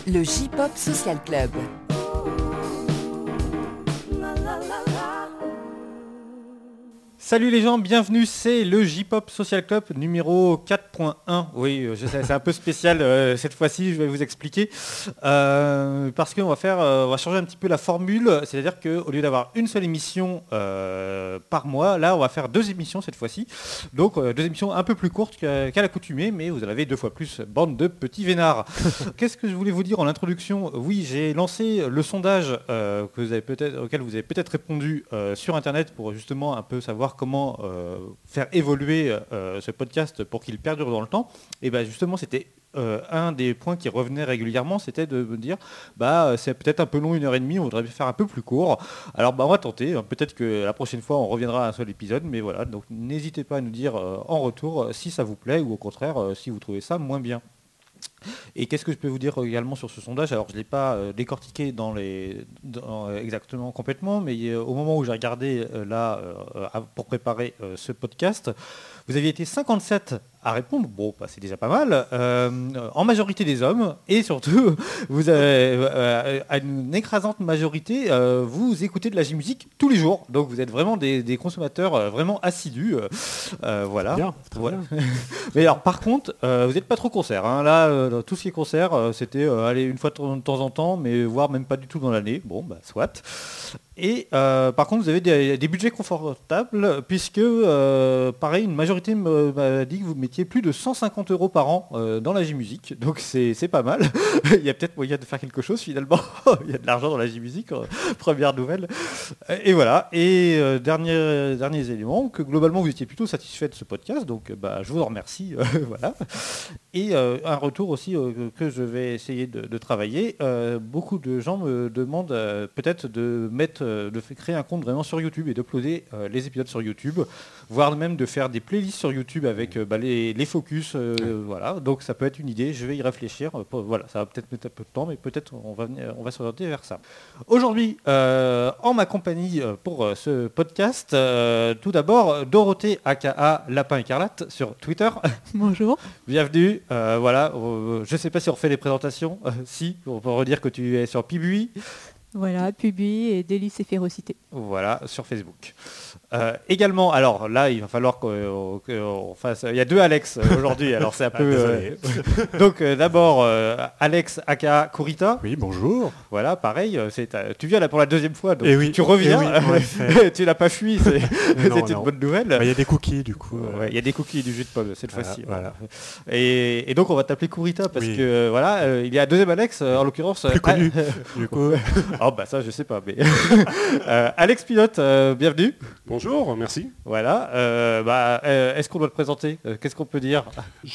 Le J-Pop Social Club. Salut les gens, bienvenue, c'est le J-Pop Social Club numéro 4.1. Oui, je sais, c'est un peu spécial cette fois-ci, je vais vous expliquer. Parce qu'on on va changer un petit peu la formule, c'est-à-dire qu'au lieu d'avoir une seule émission par mois, là on va faire 2 émissions cette fois-ci. Donc 2 émissions un peu plus courtes qu'à l'accoutumée, mais vous en avez 2 fois plus, bande de petits vénards. Qu'est-ce que je voulais vous dire en introduction ? Oui, j'ai lancé le sondage auquel vous avez peut-être répondu sur Internet pour justement un peu savoir comment faire évoluer ce podcast pour qu'il perdure dans le temps. Et bien justement, c'était un des points qui revenait régulièrement, c'était de me dire c'est peut-être un peu long, 1h30, on voudrait faire un peu plus court. Alors on va tenter, peut-être que la prochaine fois on reviendra à un seul épisode, mais voilà, donc n'hésitez pas à nous dire en retour si ça vous plaît ou au contraire si vous trouvez ça moins bien. Et qu'est-ce que je peux vous dire également sur ce sondage ? Alors je ne l'ai pas décortiqué exactement complètement, mais au moment où j'ai regardé pour préparer ce podcast, vous aviez été 57 à répondre, bon c'est déjà pas mal, en majorité des hommes, et surtout vous avez à une écrasante majorité vous écoutez de la J-musique tous les jours, donc vous êtes vraiment des consommateurs vraiment assidus, voilà. Bien, très bien. Mais alors par contre vous n'êtes pas trop concert, hein. Là tout ce qui est concert c'était aller une fois de temps en temps, mais voire même pas du tout dans l'année, bon soit. Et par contre vous avez des budgets confortables, puisque pareil, une majorité m'a dit que vous mettiez plus de 150 € par an dans la J-musique, donc c'est pas mal. Il y a peut-être moyen de faire quelque chose finalement. Il y a de l'argent dans la J-musique, première nouvelle. Et voilà, et derniers éléments, que globalement vous étiez plutôt satisfait de ce podcast, donc je vous en remercie. Voilà. Et un retour aussi que je vais essayer de travailler. Beaucoup de gens me demandent peut-être de créer un compte vraiment sur YouTube et d'uploader les épisodes sur YouTube, voire même de faire des playlists sur YouTube avec les focus, voilà. Donc ça peut être une idée, je vais y réfléchir. Voilà, ça va peut-être mettre un peu de temps, mais peut-être on va s'orienter vers ça. Aujourd'hui, en ma compagnie pour ce podcast, tout d'abord Dorothée aka Lapin Écarlate sur Twitter. Bonjour. Bienvenue. Voilà, je ne sais pas si on refait les présentations. Si, on peut redire que tu es sur Pibui. Voilà, Pubi et Délices et Férocité. Voilà, sur Facebook. Également, alors là, il va falloir qu'on fasse... Il y a 2 Alex aujourd'hui, alors c'est un peu... Donc d'abord, Alex aka Kurita. Oui, bonjour. Voilà, pareil, tu viens là pour la 2e fois, donc oui. tu reviens. Tu n'as pas fui, c'est une bonne nouvelle. Il y a des cookies du coup. Il y a des cookies et du jus de pomme cette fois-ci. Voilà. Et donc on va t'appeler Kurita parce que voilà, il y a un 2e Alex, en l'occurrence... Plus connu, du coup. Oh ça je sais pas, mais Alex Pilote, bienvenue. Bonjour, merci. Voilà, est-ce qu'on doit te présenter ? Qu'est-ce qu'on peut dire ?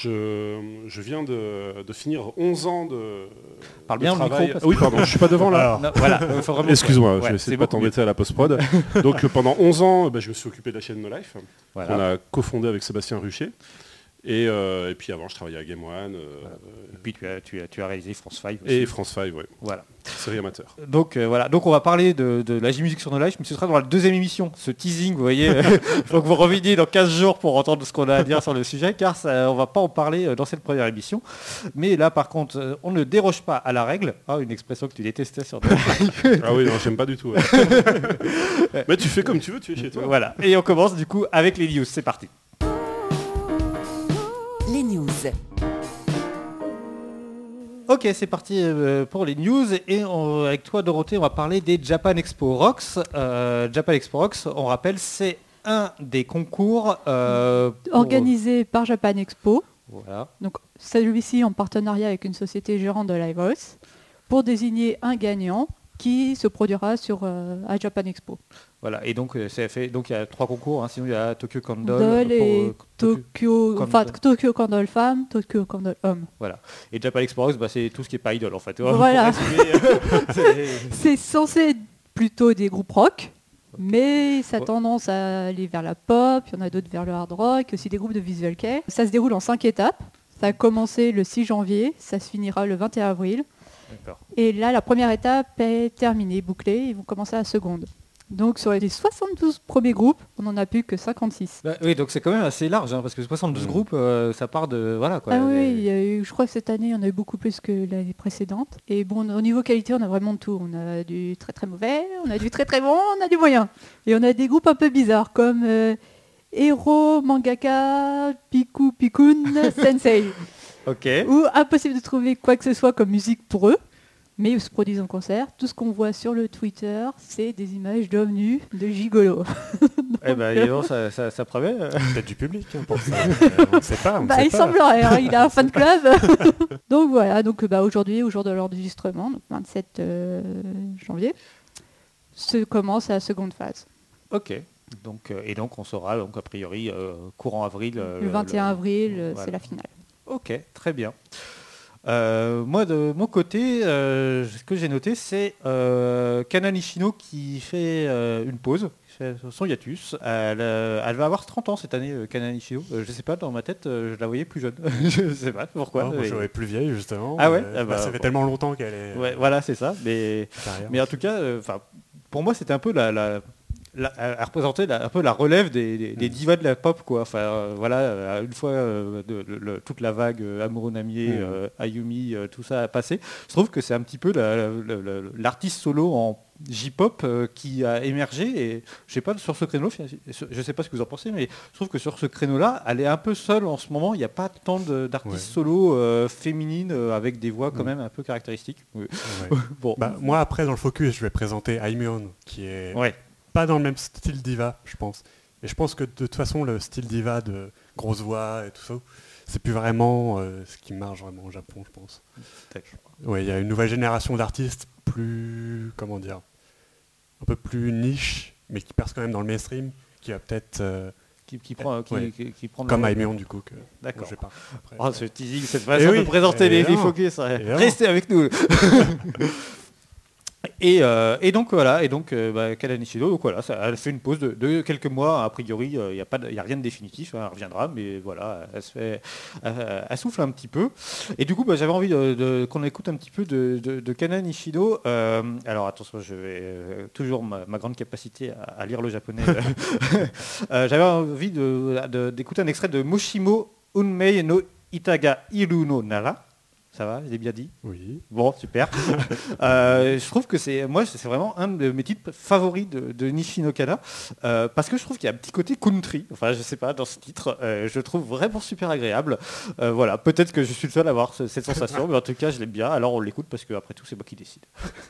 Je viens de finir 11 ans de Parle bien travail. au micro. Oui, pardon, je suis pas devant là. Non, voilà, excuse-moi, je vais essayer de pas t'embêter à la post-prod. Donc pendant 11 ans, je me suis occupé de la chaîne No Life, qu'on a cofondée avec Sébastien Rucher. Et puis avant, je travaillais à Game One. Et puis tu as réalisé France 5 aussi. Et France 5, oui. Voilà. Série amateur. Donc voilà, donc on va parler de la J-musique sur No Life, mais ce sera dans la 2e émission. Ce teasing, vous voyez. Donc vous reveniez dans 15 jours pour entendre ce qu'on a à dire sur le sujet, car on va pas en parler dans cette première émission. Mais là, par contre, on ne déroge pas à la règle. Une expression que tu détestais sur No Life. Ah oui, non, j'aime pas du tout. Ouais. Mais tu fais comme tu veux, tu es chez toi. Voilà. Et on commence du coup avec les news. C'est parti. Les news. Ok, c'est parti pour les news. Et avec toi, Dorothée, on va parler des Japan Expo Rocks. Japan Expo Rocks, on rappelle, c'est un des concours organisé par Japan Expo. Voilà. Donc celui-ci en partenariat avec une société gérante de Livehouse pour désigner un gagnant qui se produira à Japan Expo. Voilà, et donc c'est fait. Donc il y a 3 concours, hein, sinon il y a Tokyo Candle et Tokyo Candle Femme, Tokyo Candle Homme. Voilà. Et Japan Expo Rocks, c'est tout ce qui est pas idol en fait. Voilà. C'est censé être plutôt des groupes rock, mais ça a tendance à aller vers la pop, il y en a d'autres vers le hard rock, aussi des groupes de visual care. Ça se déroule en 5 étapes. Ça a commencé le 6 janvier, ça se finira le 21 avril. D'accord. Et là, la première étape est terminée, bouclée, ils vont commencer la seconde. Donc sur les 72 premiers groupes, on n'en a plus que 56. Bah, oui, donc c'est quand même assez large, parce que 72 groupes, ça part de... Voilà, quoi. Ah oui, il y a eu, je crois que cette année, on a eu beaucoup plus que l'année précédente. Et bon, au niveau qualité, on a vraiment de tout. On a du très très mauvais, on a du très très bon, on a du moyen. Et on a des groupes un peu bizarres, comme Hero, Mangaka, Piku Pikun, Sensei. Ok. Où impossible de trouver quoi que ce soit comme musique pour eux. Mais ils se produisent en concert. Tout ce qu'on voit sur le Twitter, c'est des images d'hommes nus, de gigolos. Eh ben, ça promet. Peut-être du public pour ça. On ne sait pas. Il semblerait, hein, il a un fan club. Donc voilà, donc, aujourd'hui, au jour de l'enregistrement, donc 27 janvier, se commence la seconde phase. Ok. Donc, et donc on saura, donc, a priori, courant avril. Le 21 avril, voilà. C'est la finale. Ok, très bien. Moi de mon côté, ce que j'ai noté, c'est Kana Nishino qui fait une pause, qui fait son hiatus. Elle va avoir 30 ans cette année, Kana Nishino. Je sais pas, dans ma tête, je la voyais plus jeune. Je sais pas pourquoi. Moi, je la voyais plus vieille justement. Ah ouais. Ça fait tellement longtemps qu'elle est. Ouais, voilà, c'est ça. Mais en tout cas, pour moi, c'était un peu elle représentait un peu la relève des divas de la pop, quoi. Enfin, voilà, une fois toute la vague Amuro Namie, Ayumi, tout ça a passé. Je trouve que c'est un petit peu l'artiste solo en J-pop qui a émergé. Et je sais pas, sur ce créneau, je sais pas ce que vous en pensez, mais je trouve que sur ce créneau-là, elle est un peu seule en ce moment. Il n'y a pas tant d'artistes solo féminines avec des voix quand même un peu caractéristiques. Ouais. Bon. Moi, après, dans le focus, je vais présenter Aimyon, qui est... Ouais. Pas dans le même style diva, je pense. Et je pense que de toute façon, le style diva de grosse voix et tout ça, c'est plus vraiment ce qui marche vraiment au Japon, je pense. Ouais, il y a une nouvelle génération d'artistes plus, comment dire, un peu plus niche, mais qui perce quand même dans le mainstream, qui va peut-être... Qui prend comme Aimyon du coup. D'accord. Ce teasing, cette façon de présenter les focus. Restez avec nous. Et donc voilà, Kana Nishino, donc voilà, elle fait une pause de quelques mois. A priori, il n'y a rien de définitif, elle reviendra, mais voilà, elle souffle un petit peu. Et du coup, j'avais envie qu'on écoute un petit peu de Kana Nishino. Alors attention, je vais toujours ma grande capacité à lire le japonais. J'avais envie d'écouter un extrait de Moshimo Unmei no Itaga Iru no Nara. Ça va, j'ai bien dit? Oui. Bon, super. Je trouve que c'est vraiment un de mes titres favoris de Nishino Kana, parce que je trouve qu'il y a un petit côté country, enfin je sais pas, dans ce titre, je le trouve vraiment super agréable. Voilà, peut-être que je suis le seul à avoir cette sensation, mais en tout cas je l'aime bien, alors on l'écoute parce que après tout c'est moi qui décide.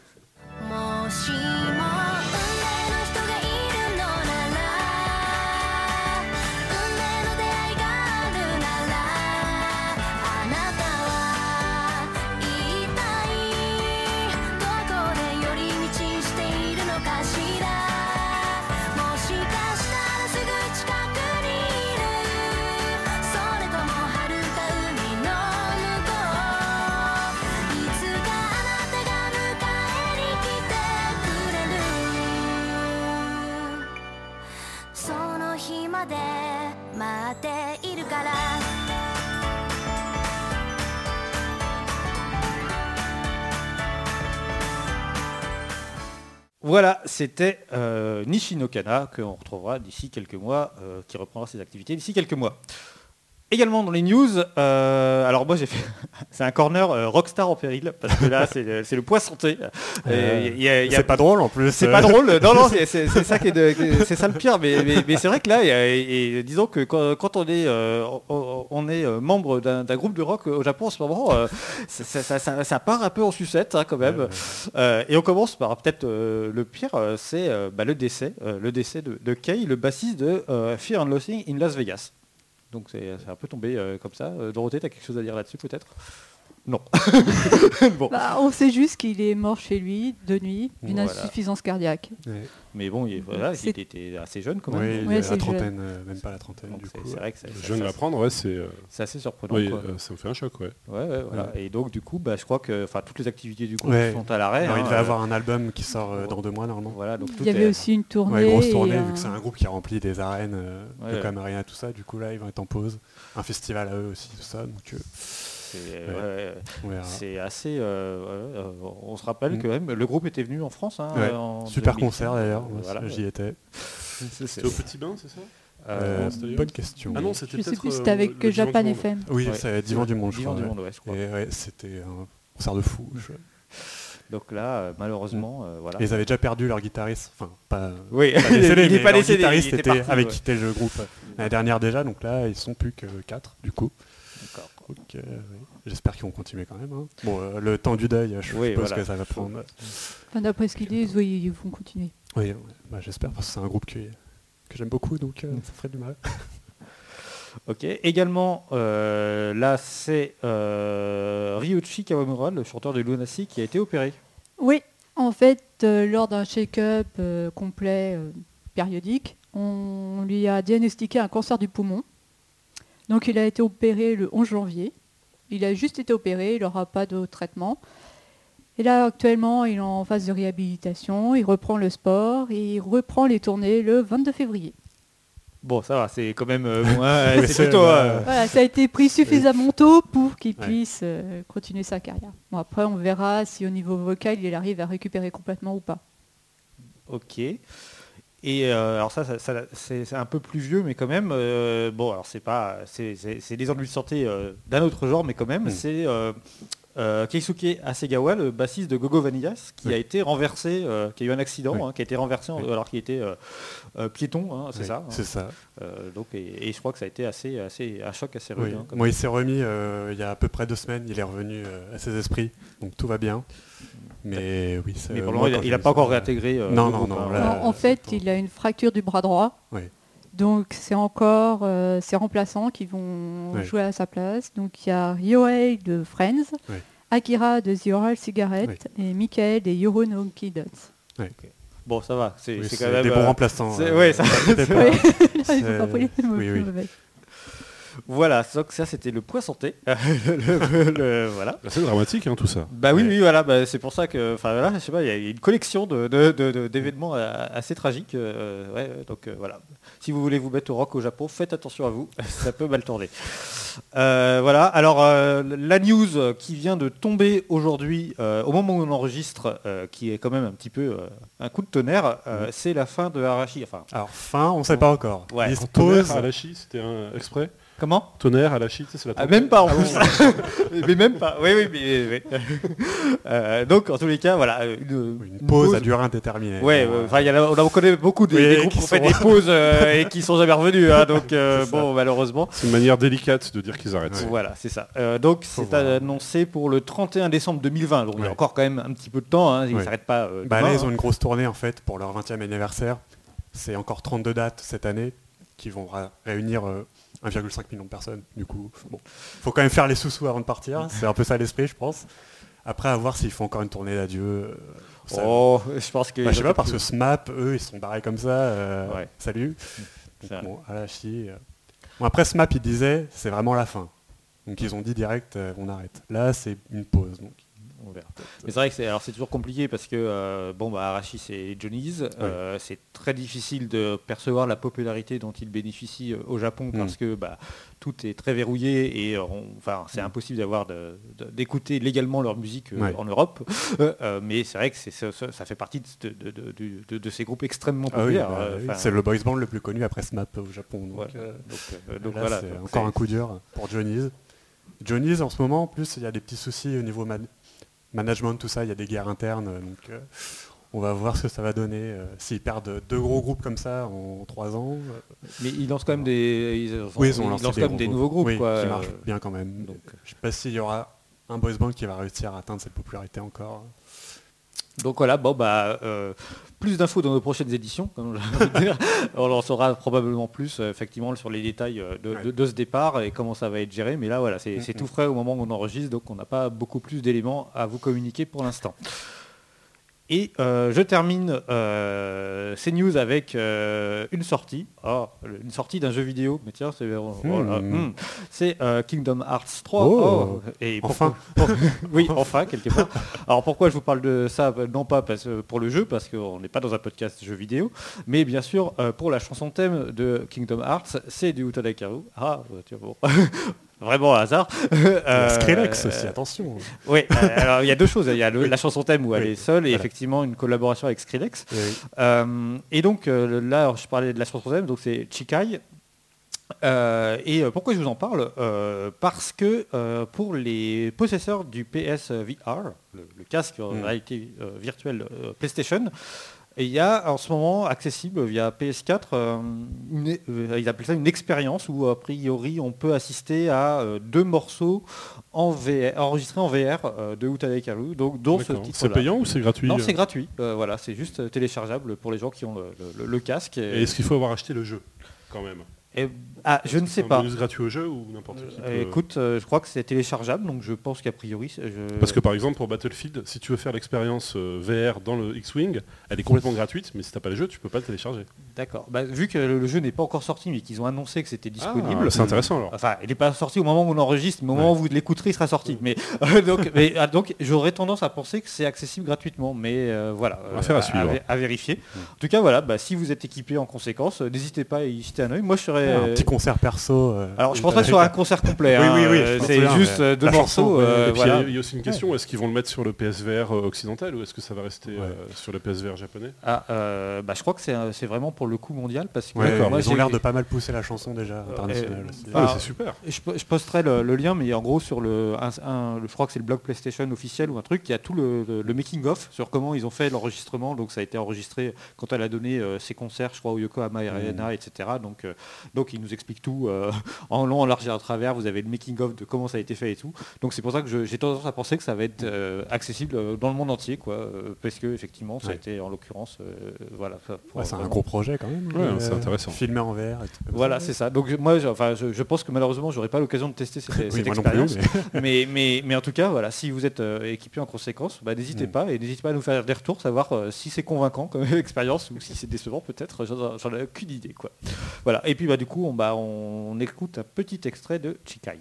Voilà, c'était Nishino Kana, qu'on retrouvera d'ici quelques mois, qui reprendra ses activités d'ici quelques mois. Également dans les news, alors moi j'ai fait, c'est un corner rockstar en péril, parce que là c'est le poids santé. C'est pas drôle en plus. C'est pas drôle, non, c'est ça c'est ça le pire, mais c'est vrai que là, et disons que quand on est membre d'un groupe de rock au Japon en ce moment, ça part un peu en sucette quand même. Et on commence par peut-être le pire, c'est le décès de Kei, le bassiste de Fear and Loathing in Las Vegas. Donc c'est un peu tombé comme ça. Dorothée, tu as quelque chose à dire là-dessus peut-être? Non. Bon. On sait juste qu'il est mort chez lui de nuit d'une insuffisance cardiaque. Ouais. Mais bon, il était assez jeune quand même. Oui, la trentaine, même pas la trentaine. Donc du coup, c'est vrai que jeune à l'apprendre, c'est assez surprenant. Oui, ça me fait un choc, voilà. Et donc du coup, je crois que toutes les activités du groupe sont à l'arrêt. Il va avoir un album qui sort dans 2 mois normalement. Voilà, donc il y avait aussi une tournée. Grosse tournée, vu que c'est un groupe qui a rempli des arènes de Camarilla et tout ça. Du coup là, ils vont être en pause. Un festival à eux aussi, tout ça. Donc c'est assez... on se rappelle que même le groupe était venu en France. Super concert d'ailleurs, j'y étais. C'était au Petit Bain, c'est ça bonne question. Ah non, c'était je sais plus, c'était avec Japan FM. Oui, c'est Divan du Monde, je crois. Je crois. Et c'était un concert de fou. Donc là, malheureusement, voilà. Ils avaient déjà perdu leur guitariste. Enfin, pas décédé, mais leur décédé, guitariste avait quitté le groupe l'année dernière déjà. Donc là, ils sont plus que 4 du coup. D'accord. Donc, j'espère qu'ils vont continuer quand même. Bon, le temps du deuil, je suppose que ça va prendre. D'après ce qu'ils disent, ils vont continuer. Oui, j'espère parce que c'est un groupe que j'aime beaucoup, donc ça ferait du mal. Ok, également, là c'est Ryuichi Kawamura, le chanteur de Lunacy, qui a été opéré. Oui, en fait, lors d'un check-up complet périodique, on lui a diagnostiqué un cancer du poumon. Donc il a été opéré le 11 janvier. Il a juste été opéré, il n'aura pas de traitement. Et là, actuellement, il est en phase de réhabilitation, il reprend le sport et il reprend les tournées le 22 février. Bon, ça va, c'est quand même... c'est plutôt... Voilà, ça a été pris suffisamment tôt pour qu'il puisse continuer sa carrière. Bon, après, on verra si au niveau vocal, il arrive à récupérer complètement ou pas. Ok. Et alors ça c'est un peu plus vieux, mais quand même, bon, alors c'est des ennuis de santé d'un autre genre, mais quand même, c'est Keisuke Hasegawa, le bassiste de Gogo Vanillas, qui a été renversé, qui a eu un accident, qui a été renversé alors qu'il était piéton, c'est ça. C'est ça. Donc, et je crois que ça a été un choc assez rude. Moi, il s'est remis il y a à peu près 2 semaines, il est revenu à ses esprits, donc tout va bien. Mais oui, mais pour le moment, il n'a pas encore réintégré. Non. En fait, il a une fracture du bras droit. Oui. Donc c'est encore ses remplaçants qui vont jouer à sa place. Donc il y a Ryohei de Friends, Akira de The Oral Cigarette et Michael des Yoro no Kids. Bon, ça va, c'est quand même des bons remplaçants. Oui, ça va. Voilà, donc ça c'était le point santé. Voilà. C'est dramatique tout ça. Bah oui, voilà, c'est pour ça que, je sais pas, il y a une collection d'événements assez tragiques. Donc voilà. Si vous voulez vous mettre au rock au Japon, faites attention à vous, ça peut mal tourner. Voilà. Alors la news qui vient de tomber aujourd'hui, au moment où on enregistre, qui est quand même un petit peu un coup de tonnerre, c'est la fin de Arashi. Alors on ne sait pas encore. Pause. Arashi, c'était un exprès. Comment ? Tonnerre à la chute, c'est la même pas en plus. Mais même pas. Oui. Donc en tous les cas, voilà. Une pause à durée indéterminée. On connaît beaucoup des groupes qui ont fait des pauses et qui sont jamais revenus. Donc malheureusement. C'est une manière délicate de dire qu'ils arrêtent. Voilà, c'est ça. Donc c'est annoncé pour le 31 décembre 2020. Donc il y a encore quand même un petit peu de temps. Ils ne s'arrêtent pas. Là, ils ont une grosse tournée en fait pour leur 20e anniversaire. C'est encore 32 dates cette année qui vont réunir 1,5 million de personnes. Du coup, faut quand même faire les sous-sous avant de partir. C'est un peu ça l'esprit, je pense. Après, à voir s'ils font encore une tournée d'adieu. Je pense que... je sais pas, parce que SMAP, eux, ils sont barrés comme ça. Salut. Après, SMAP, ils disaient, c'est vraiment la fin. Donc, ils ont dit direct, on arrête. Là, c'est une pause. Donc. On verra. Mais c'est vrai que c'est toujours compliqué parce que Arashi c'est Johnny's, c'est très difficile de percevoir la popularité dont il bénéficie au Japon parce que tout est très verrouillé et c'est impossible d'écouter légalement leur musique en Europe. Mais c'est vrai que ça fait partie de ces groupes extrêmement populaires. C'est le boys band le plus connu après SMAP au Japon. Donc voilà, c'est encore un coup dur pour Johnny's. Johnny's en ce moment, en plus, il y a des petits soucis au niveau management, tout ça, il y a des guerres internes, donc on va voir ce que ça va donner. S'ils perdent 2 gros groupes comme ça en 3 ans. Mais ils lancent quand même des nouveaux groupes qui marchent bien quand même. Donc, je ne sais pas s'il y aura un boys band qui va réussir à atteindre cette popularité encore. Donc voilà, plus d'infos dans nos prochaines éditions, comme je veux dire. On en saura probablement plus effectivement sur les détails de ce départ et comment ça va être géré. Mais là voilà, c'est tout frais au moment où on enregistre, donc on n'a pas beaucoup plus d'éléments à vous communiquer pour l'instant. Et je termine ces news avec une sortie d'un jeu vidéo. Mais tiens, c'est Kingdom Hearts 3. Et enfin. Oui, enfin, quelque part. Alors pourquoi je vous parle de ça? Non pas pour le jeu, parce qu'on n'est pas dans un podcast jeu vidéo, mais bien sûr pour la chanson thème de Kingdom Hearts, c'est du Utada Hikaru. vraiment un hasard. Skrillex aussi, attention. Oui, alors il y a deux choses. Il y a la chanson thème où elle est seule et effectivement une collaboration avec Skrillex. Et donc là, je parlais de la chanson thème, donc c'est Chikai. Et pourquoi je vous en parle parce que pour les possesseurs du PSVR, le casque en réalité virtuelle PlayStation, il y a en ce moment accessible via PS4, ils appellent ça une expérience où a priori on peut assister à 2 morceaux enregistrés en VR de Utada Hikaru, donc dont ce titre-là. C'est payant ou c'est gratuit? Non, c'est gratuit. Voilà, c'est juste téléchargeable pour les gens qui ont le casque. Et est-ce qu'il faut avoir acheté le jeu quand même? Je ne sais pas. C'est un bonus gratuit au jeu ou n'importe qui peut... Écoute, je crois que c'est téléchargeable, donc je pense qu'a priori... Parce que par exemple pour Battlefield, si tu veux faire l'expérience VR dans le X-Wing, elle est complètement gratuite, mais si tu n'as pas le jeu, tu peux pas le télécharger. D'accord. Vu que le jeu n'est pas encore sorti, mais qu'ils ont annoncé que c'était disponible... c'est intéressant alors. Enfin, il n'est pas sorti au moment où on enregistre, mais au moment où vous l'écouterez, il sera sorti. Mais, donc j'aurais tendance à penser que c'est accessible gratuitement, mais voilà. Affaire à suivre. À vérifier. En tout cas, voilà, si vous êtes équipé en conséquence, n'hésitez pas à y jeter un œil. Moi, je serais... Un petit concert perso. Alors je pense pas que ce soit un concert complet. C'est juste 2 morceaux. Et puis il y a aussi une question, est-ce qu'ils vont le mettre sur le PSVR occidental ou est-ce que ça va rester sur le PSVR japonais? Je crois que c'est vraiment pour le coup mondial parce que moi, ils ont l'air de pas mal pousser la chanson déjà internationale aussi. C'est super. Je posterai le lien, mais en gros sur je crois que c'est le blog PlayStation officiel ou un truc qui a tout le making of sur comment ils ont fait l'enregistrement. Donc ça a été enregistré quand elle a donné ses concerts, je crois au Yokohama Arena, etc. Donc ils nous expliquent tout en long, en large et en travers. Vous avez le making of de comment ça a été fait et tout. Donc c'est pour ça que j'ai tendance à penser que ça va être accessible dans le monde entier, parce que effectivement ça a été en l'occurrence c'est un gros projet quand même. C'est intéressant. Filmé en VR. Voilà, c'est ça. Donc moi, je pense que malheureusement, j'aurai pas l'occasion de tester cette expérience. Mais en tout cas, voilà, si vous êtes équipé en conséquence, n'hésitez pas et n'hésitez pas à nous faire des retours, savoir si c'est convaincant comme expérience ou si c'est décevant peut-être. J'en ai aucune idée, quoi. Voilà. Et puis du coup, on écoute un petit extrait de Chikai.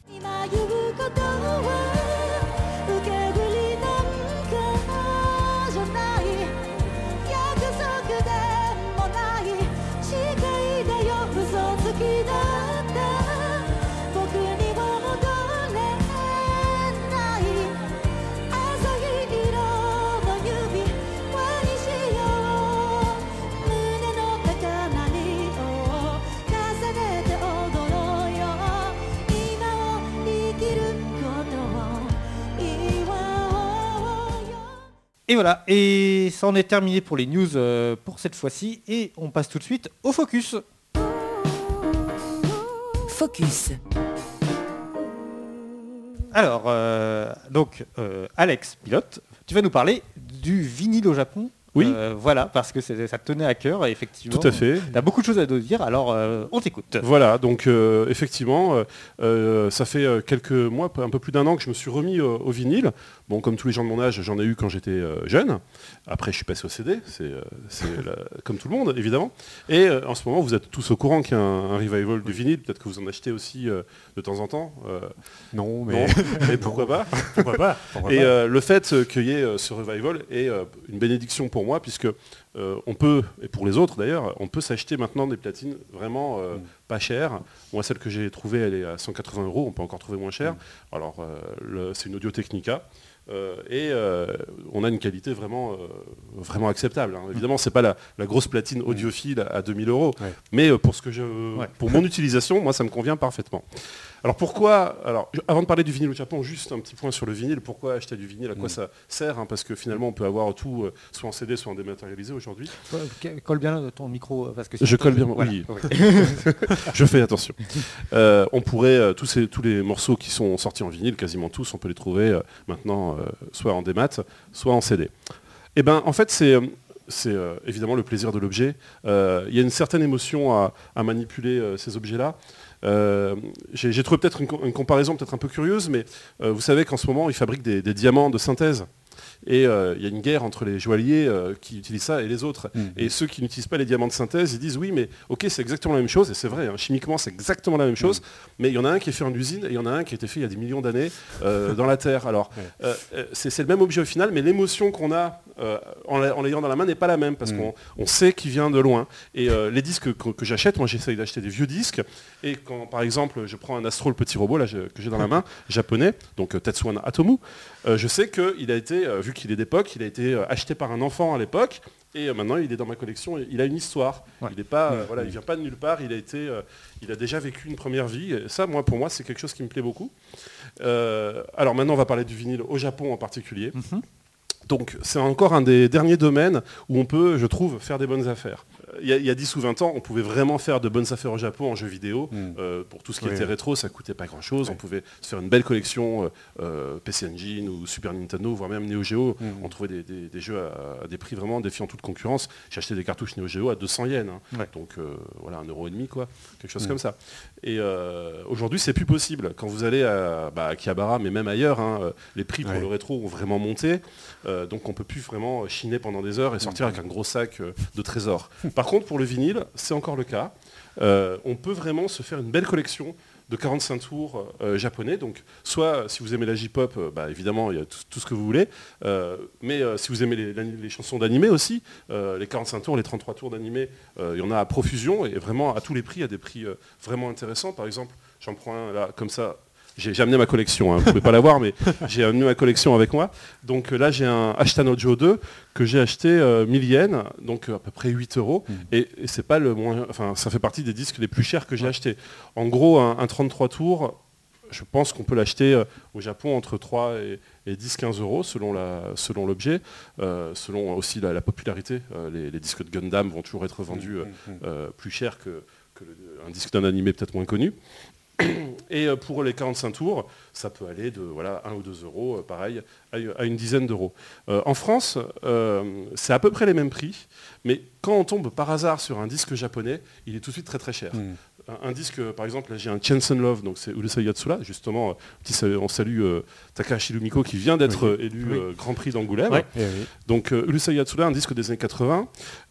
Et voilà, et ça en est terminé pour les news pour cette fois-ci, et on passe tout de suite au focus. Focus. Alors, Alex Pilote, tu vas nous parler du vinyle au Japon. Oui. Voilà, parce que ça te tenait à cœur, et effectivement. Tout à fait. Tu as beaucoup de choses à nous dire, alors on t'écoute. Voilà, donc effectivement, ça fait quelques mois, un peu plus d'1 an que je me suis remis au vinyle. Bon, comme tous les gens de mon âge, j'en ai eu quand j'étais jeune. Après, je suis passé au CD, c'est comme tout le monde, évidemment. Et en ce moment, vous êtes tous au courant qu'il y a un revival du vinyle. Peut-être que vous en achetez aussi de temps en temps. Non, mais pourquoi pas? Pourquoi pas? Et le fait qu'il y ait ce revival est une bénédiction pour moi, puisque on peut, et pour les autres d'ailleurs, on peut s'acheter maintenant des platines vraiment pas chères. Moi, celle que j'ai trouvée, elle est à 180 €, on peut encore trouver moins cher. Alors, c'est une Audio Technica. Et on a une qualité vraiment acceptable. Évidemment, c'est pas la grosse platine audiophile à 2000 €, mais pour mon utilisation, moi, ça me convient parfaitement. Alors pourquoi, avant de parler du vinyle au Japon, juste un petit point sur le vinyle. Pourquoi acheter du vinyle? À quoi ça sert? Parce que finalement, on peut avoir tout, soit en CD, soit en dématérialisé aujourd'hui. Colle bien ton micro. Parce que je colle bien, oui. Je fais attention. On pourrait, tous les morceaux qui sont sortis en vinyle, quasiment tous, on peut les trouver maintenant soit en démat, soit en CD. Et ben, en fait, c'est évidemment le plaisir de l'objet. Il y a une certaine émotion à manipuler ces objets-là. J'ai trouvé peut-être une comparaison peut-être un peu curieuse, mais vous savez qu'en ce moment, ils fabriquent des diamants de synthèse. Et il y a une guerre entre les joailliers qui utilisent ça et les autres. Et ceux qui n'utilisent pas les diamants de synthèse, ils disent oui, mais ok, c'est exactement la même chose, et c'est vrai, hein, chimiquement c'est exactement la même chose, mais il y en a un qui est fait en usine et il y en a un qui a été fait il y a des millions d'années dans la Terre. Alors, c'est le même objet au final, mais l'émotion qu'on a en l'ayant dans la main n'est pas la même, parce qu'on sait qu'il vient de loin. Et les disques que j'achète, moi j'essaye d'acheter des vieux disques, et quand par exemple je prends un Astro, le petit robot là, que j'ai dans la main, japonais, donc Tetsuan Atomu, je sais qu'il a été, vu qu'il est d'époque, il a été acheté par un enfant à l'époque, et maintenant il est dans ma collection, il a une histoire. Il est pas, il vient pas de nulle part, il a déjà vécu une première vie. Et ça, pour moi, c'est quelque chose qui me plaît beaucoup. Alors maintenant, on va parler du vinyle au Japon en particulier. Donc c'est encore un des derniers domaines où on peut, je trouve, faire des bonnes affaires. Il y a 10 ou 20 ans, on pouvait vraiment faire de bonnes affaires au Japon en jeux vidéo. Pour tout ce qui était rétro, ça coûtait pas grand-chose. On pouvait se faire une belle collection PC Engine ou Super Nintendo, voire même Neo Geo. On trouvait des jeux à des prix vraiment défiant toute concurrence. J'ai acheté des cartouches Neo Geo à 200 yens. Donc voilà, 1,5 €, quoi. Quelque chose comme ça. Et aujourd'hui, c'est plus possible. Quand vous allez à Akihabara, mais même ailleurs, les prix pour le rétro ont vraiment monté. Donc on ne peut plus vraiment chiner pendant des heures et sortir avec un gros sac de trésors. Par contre, pour le vinyle, c'est encore le cas. On peut vraiment se faire une belle collection de 45 tours japonais. Donc, soit si vous aimez la J-pop, évidemment, il y a tout ce que vous voulez. Mais si vous aimez les chansons d'animé aussi, les 45 tours, les 33 tours d'animé, il y en a à profusion et vraiment à tous les prix, à des prix vraiment intéressants. Par exemple, j'en prends un là, comme ça. J'ai amené ma collection, vous ne pouvez pas la voir, mais j'ai amené ma collection avec moi. Donc là, j'ai un Ashtanojo 2 que j'ai acheté 1000 yens, donc à peu près 8 €. Et c'est pas le moins, enfin, ça fait partie des disques les plus chers que j'ai achetés. En gros, un 33 tours, je pense qu'on peut l'acheter au Japon entre 3 et 10-15 € selon l'objet, selon aussi la popularité. Les disques de Gundam vont toujours être vendus plus cher qu'un disque d'un animé peut-être moins connu. Et pour les 45 tours, ça peut aller de 1 ou 2 €, pareil, à une dizaine d'euros. En France, c'est à peu près les mêmes prix, mais quand on tombe par hasard sur un disque japonais, il est tout de suite très très cher. Un disque, par exemple, là j'ai un Chanson Love, donc c'est Urusei Yatsura, justement, on salue Takahashi Lumiko qui vient d'être élu Grand Prix d'Angoulême. Donc Urusei Yatsura, un disque des années 80,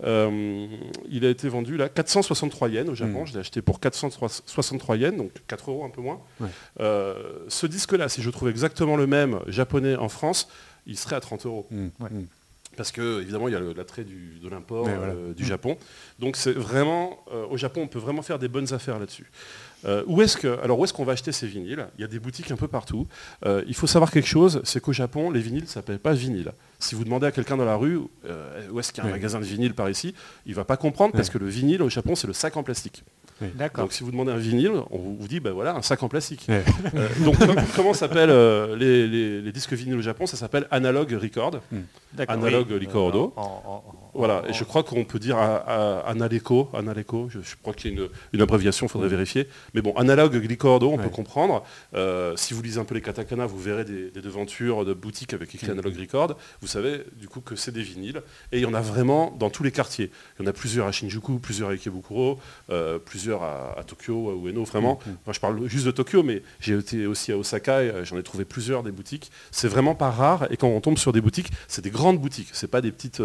il a été vendu là 463 yens au Japon, je l'ai acheté pour 463 yens, donc 4 € un peu moins. Ce disque-là, si je trouve exactement le même japonais en France, il serait à 30 €. Parce que évidemment il y a l'attrait de l'import du Japon. Donc c'est vraiment au Japon on peut vraiment faire des bonnes affaires là-dessus. Où est-ce qu'on va acheter ces vinyles ? Il y a des boutiques un peu partout. Il faut savoir quelque chose, c'est qu'au Japon les vinyles ne s'appellent pas vinyle. Si vous demandez à quelqu'un dans la rue où est-ce qu'il y a un magasin de vinyle par ici, il ne va pas comprendre parce que le vinyle au Japon c'est le sac en plastique. Donc si vous demandez un vinyle, on vous dit un sac en plastique. Donc comment s'appellent les disques vinyles au Japon ? Ça s'appelle Analog Record. Analog Recordo. Voilà, et je crois qu'on peut dire Analeco, je crois qu'il y a une abréviation, il faudrait vérifier. Mais bon, Analog Recordo, on peut comprendre. Si vous lisez un peu les katakana, vous verrez des devantures de boutiques avec écrit Analog Record. Vous savez du coup que c'est des vinyles. Et il y en a vraiment dans tous les quartiers. Il y en a plusieurs à Shinjuku, plusieurs à Ikebukuro, plusieurs à Tokyo, à Ueno, vraiment. Moi, je parle juste de Tokyo, mais j'ai été aussi à Osaka, et j'en ai trouvé plusieurs des boutiques. C'est vraiment pas rare, et quand on tombe sur des boutiques, c'est des grandes boutiques. C'est pas des petits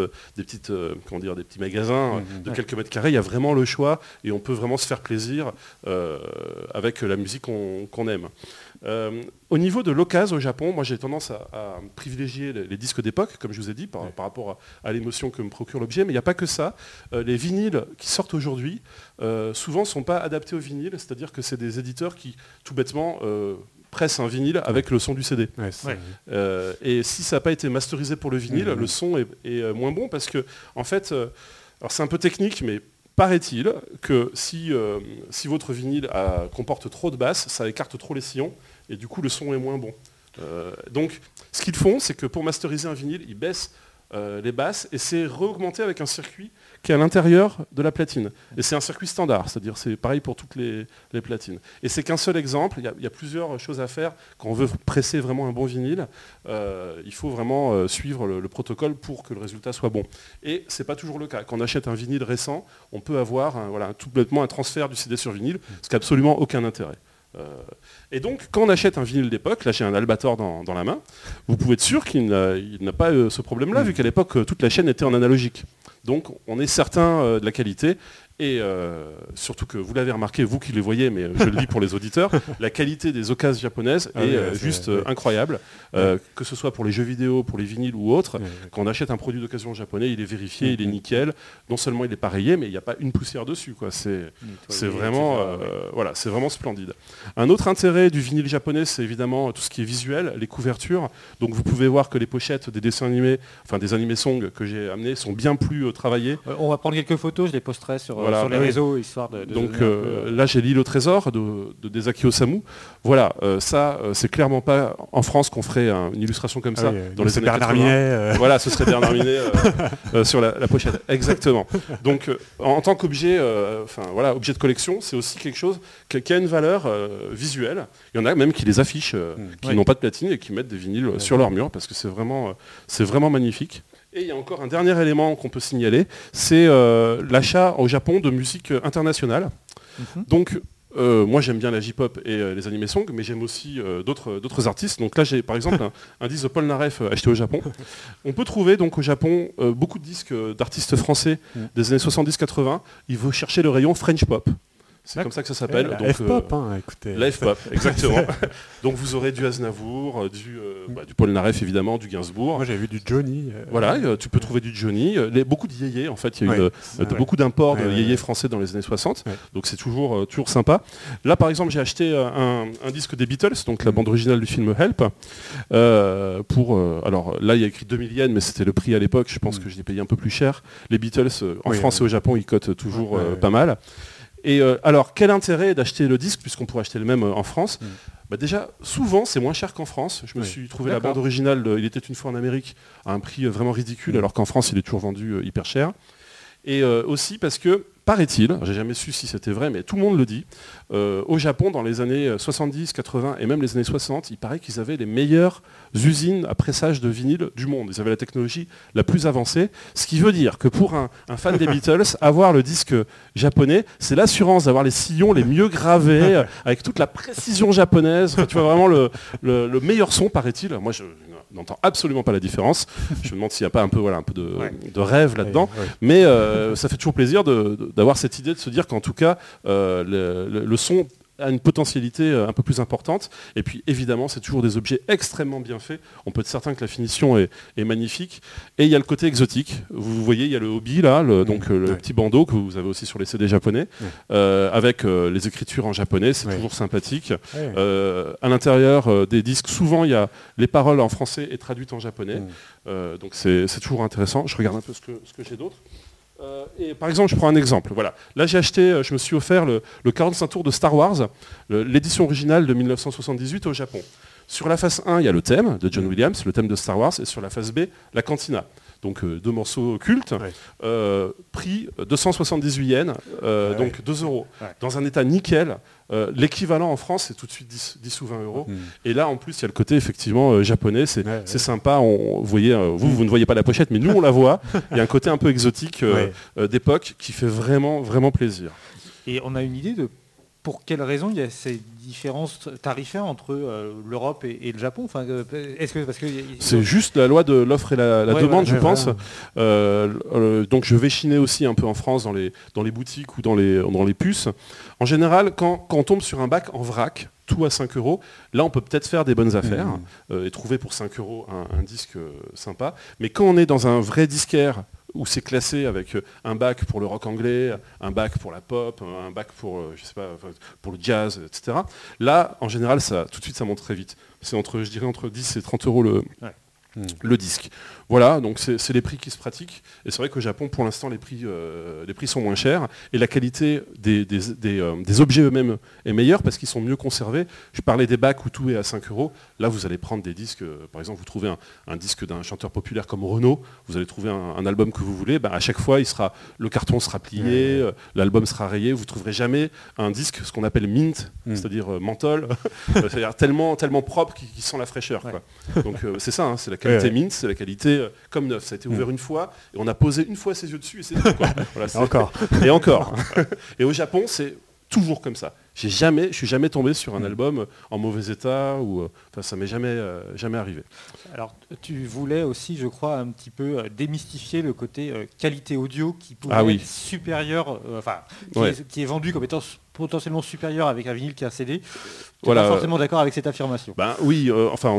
magasins de quelques mètres carrés. Il y a vraiment le choix, et on peut vraiment se faire plaisir avec la musique qu'on aime. Au niveau de l'occasion au Japon, moi j'ai tendance à privilégier les disques d'époque, comme je vous ai dit, par rapport à l'émotion que me procure l'objet, mais il n'y a pas que ça. Les vinyles qui sortent aujourd'hui, souvent ne sont pas adaptés au vinyle, c'est-à-dire que c'est des éditeurs qui, tout bêtement, pressent un vinyle avec le son du CD. Et si ça n'a pas été masterisé pour le vinyle, le son est moins bon, parce que, en fait, alors c'est un peu technique, mais paraît-il que si votre vinyle comporte trop de basses, ça écarte trop les sillons, et du coup le son est moins bon. Donc ce qu'ils font, c'est que pour masteriser un vinyle, ils baissent les basses, et c'est re-augmenté avec un circuit qui est à l'intérieur de la platine. Et c'est un circuit standard, c'est-à-dire c'est pareil pour toutes les platines. Et c'est qu'un seul exemple, il y a plusieurs choses à faire quand on veut presser vraiment un bon vinyle. Il faut vraiment suivre le protocole pour que le résultat soit bon. Et c'est pas toujours le cas. Quand on achète un vinyle récent, on peut avoir tout bêtement un transfert du CD sur vinyle, ce qui n'a absolument aucun intérêt. Et donc, quand on achète un vinyle d'époque, là j'ai un Albator dans la main, vous pouvez être sûr qu'il n'a pas ce problème-là, vu qu'à l'époque, toute la chaîne était en analogique. Donc, on est certain de la qualité. Et surtout que vous l'avez remarqué, vous qui les voyez, mais je le dis pour les auditeurs, la qualité des occasions japonaises est juste incroyable. Que ce soit pour les jeux vidéo, pour les vinyles ou autres, quand on achète un produit d'occasion japonais, il est vérifié, il est nickel. Non seulement il est pas rayé, mais il n'y a pas une poussière dessus, quoi. C'est vraiment, voilà, c'est vraiment splendide. Un autre intérêt du vinyle japonais, c'est évidemment tout ce qui est visuel, les couvertures. Donc vous pouvez voir que les pochettes des dessins animés, enfin des animés songs que j'ai amenés, sont bien plus travaillées. On va prendre quelques photos, je les posterai sur les réseaux, histoire de donc là j'ai l'île au trésor de Desaki Osamu. Voilà, ça c'est clairement pas en France qu'on ferait une illustration comme ça dans les années 80. Voilà, ce serait Bernard Minet sur la pochette. Exactement. Donc en tant qu'objet, voilà, objet de collection, c'est aussi quelque chose qui a une valeur visuelle. Il y en a même qui les affichent, qui n'ont pas de platine et qui mettent des vinyles sur leur mur parce que c'est vraiment magnifique. Et il y a encore un dernier élément qu'on peut signaler, c'est l'achat au Japon de musique internationale. Donc, moi j'aime bien la J-pop et les animés songs, mais j'aime aussi d'autres artistes. Donc là j'ai par exemple un disque de Paul Naref acheté au Japon. On peut trouver donc au Japon beaucoup de disques d'artistes français des années 70-80. Il faut chercher le rayon French Pop. C'est comme ça que ça s'appelle. La F-pop, écoutez. La F-pop, exactement. Donc vous aurez du Aznavour, du Paul Naref évidemment, du Gainsbourg. Moi j'avais vu du Johnny. Voilà, tu peux trouver du Johnny. Beaucoup de yéyé en fait. Il y a eu beaucoup d'imports de yéyé français dans les années 60. Donc c'est toujours sympa. Là par exemple j'ai acheté un disque des Beatles, donc la bande originale du film Help. Alors là il y a écrit 2000 yens, mais c'était le prix à l'époque. Je pense que je l'ai payé un peu plus cher. Les Beatles en France et au Japon ils cotent toujours pas mal. Et alors, quel intérêt d'acheter le disque, puisqu'on pourrait acheter le même en France déjà, souvent, c'est moins cher qu'en France. Je me suis trouvé la bande originale Il était une fois en Amérique à un prix vraiment ridicule, alors qu'en France, il est toujours vendu hyper cher. Et aussi parce que, paraît-il, j'ai jamais su si c'était vrai, mais tout le monde le dit, au Japon, dans les années 70, 80 et même les années 60, il paraît qu'ils avaient les meilleures usines à pressage de vinyle du monde. Ils avaient la technologie la plus avancée, ce qui veut dire que pour un fan des Beatles, avoir le disque japonais, c'est l'assurance d'avoir les sillons les mieux gravés, avec toute la précision japonaise. Tu vois vraiment le meilleur son, paraît-il. Moi, je n'entends absolument pas la différence. Je me demande s'il n'y a pas un peu de rêve là-dedans. Mais ça fait toujours plaisir d'avoir cette idée de se dire qu'en tout cas, le son a une potentialité un peu plus importante. Et puis évidemment, c'est toujours des objets extrêmement bien faits. On peut être certain que la finition est magnifique. Et il y a le côté exotique. Vous voyez, il y a le hobby là, le petit bandeau que vous avez aussi sur les CD japonais, avec les écritures en japonais. C'est toujours sympathique. À l'intérieur des disques, souvent il y a les paroles en français et traduites en japonais. Donc c'est toujours intéressant. Je regarde un peu ce que j'ai d'autre. Et par exemple, je prends un exemple. Voilà. Là, je me suis offert le 45 tours de Star Wars, l'édition originale de 1978 au Japon. Sur la face 1, il y a le thème de John Williams, le thème de Star Wars, et sur la face B, la cantina. Donc 2 morceaux cultes, prix 278 yens, donc 2 €. Dans un état nickel. L'équivalent en France, c'est tout de suite 10 ou 20 €. Et là, en plus, il y a le côté effectivement japonais, c'est sympa. Vous voyez, vous ne voyez pas la pochette, mais nous, on la voit. Il y a un côté un peu exotique d'époque qui fait vraiment, vraiment plaisir. Et on a une idée de pour quelles raisons il y a ces différences tarifaires entre l'Europe et le Japon? Est-ce que c'est juste la loi de l'offre et la demande, je pense. Donc je vais chiner aussi un peu en France dans les boutiques ou dans les puces. En général, quand on tombe sur un bac en vrac, tout à 5 €, là on peut peut-être faire des bonnes affaires et trouver pour 5 € un disque sympa. Mais quand on est dans un vrai disquaire où c'est classé avec un bac pour le rock anglais, un bac pour la pop, un bac pour, pour le jazz, etc. Là, en général, tout de suite, ça monte très vite. C'est entre 10 et 30 € le disque. Voilà, donc c'est les prix qui se pratiquent. Et c'est vrai qu'au Japon, pour l'instant, les prix sont moins chers. Et la qualité des objets eux-mêmes est meilleure parce qu'ils sont mieux conservés. Je parlais des bacs où tout est à 5 €. Là, vous allez prendre des disques. Par exemple, vous trouvez un disque d'un chanteur populaire comme Renaud. Vous allez trouver un album que vous voulez. À chaque fois, le carton sera plié, l'album sera rayé. Vous ne trouverez jamais un disque, ce qu'on appelle mint, c'est-à-dire menthol. C'est-à-dire tellement propre qu'il sent la fraîcheur. Quoi. Donc c'est ça, c'est la qualité mint, c'est la qualité comme neuf. Ça a été ouvert une fois et on a posé une fois ses yeux dessus et c'est tout. Quoi. Voilà, encore. Et encore. Et au Japon, c'est toujours comme ça. Je suis jamais tombé sur un album en mauvais état ou ça m'est jamais arrivé. Alors tu voulais aussi, je crois, un petit peu démystifier le côté qualité audio qui pouvait être supérieur, qui est vendu comme étant potentiellement supérieur avec un vinyle qu'un CD. Tu n'es pas forcément d'accord avec cette affirmation? Oui,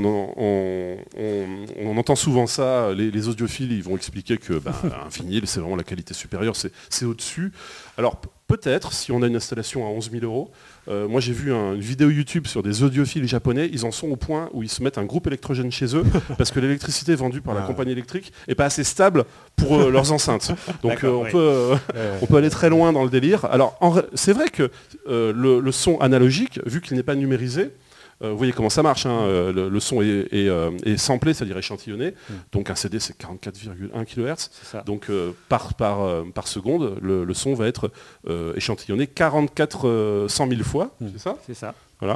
on entend souvent ça. Les audiophiles, ils vont expliquer que un vinyle, c'est vraiment la qualité supérieure, c'est au-dessus. Alors peut-être, si on a une installation à 11 000 €. Moi j'ai vu une vidéo YouTube sur des audiophiles japonais, ils en sont au point où ils se mettent un groupe électrogène chez eux parce que l'électricité vendue par la compagnie électrique n'est pas assez stable pour leurs enceintes. Donc on peut aller très loin dans le délire. Alors c'est vrai que le son analogique, vu qu'il n'est pas numérisé, vous voyez comment ça marche, le son est samplé, c'est-à-dire échantillonné. Donc un CD c'est 44,1 kHz. Donc par seconde, le son va être échantillonné 44 100 000 fois. C'est ça ? C'est ça. Voilà.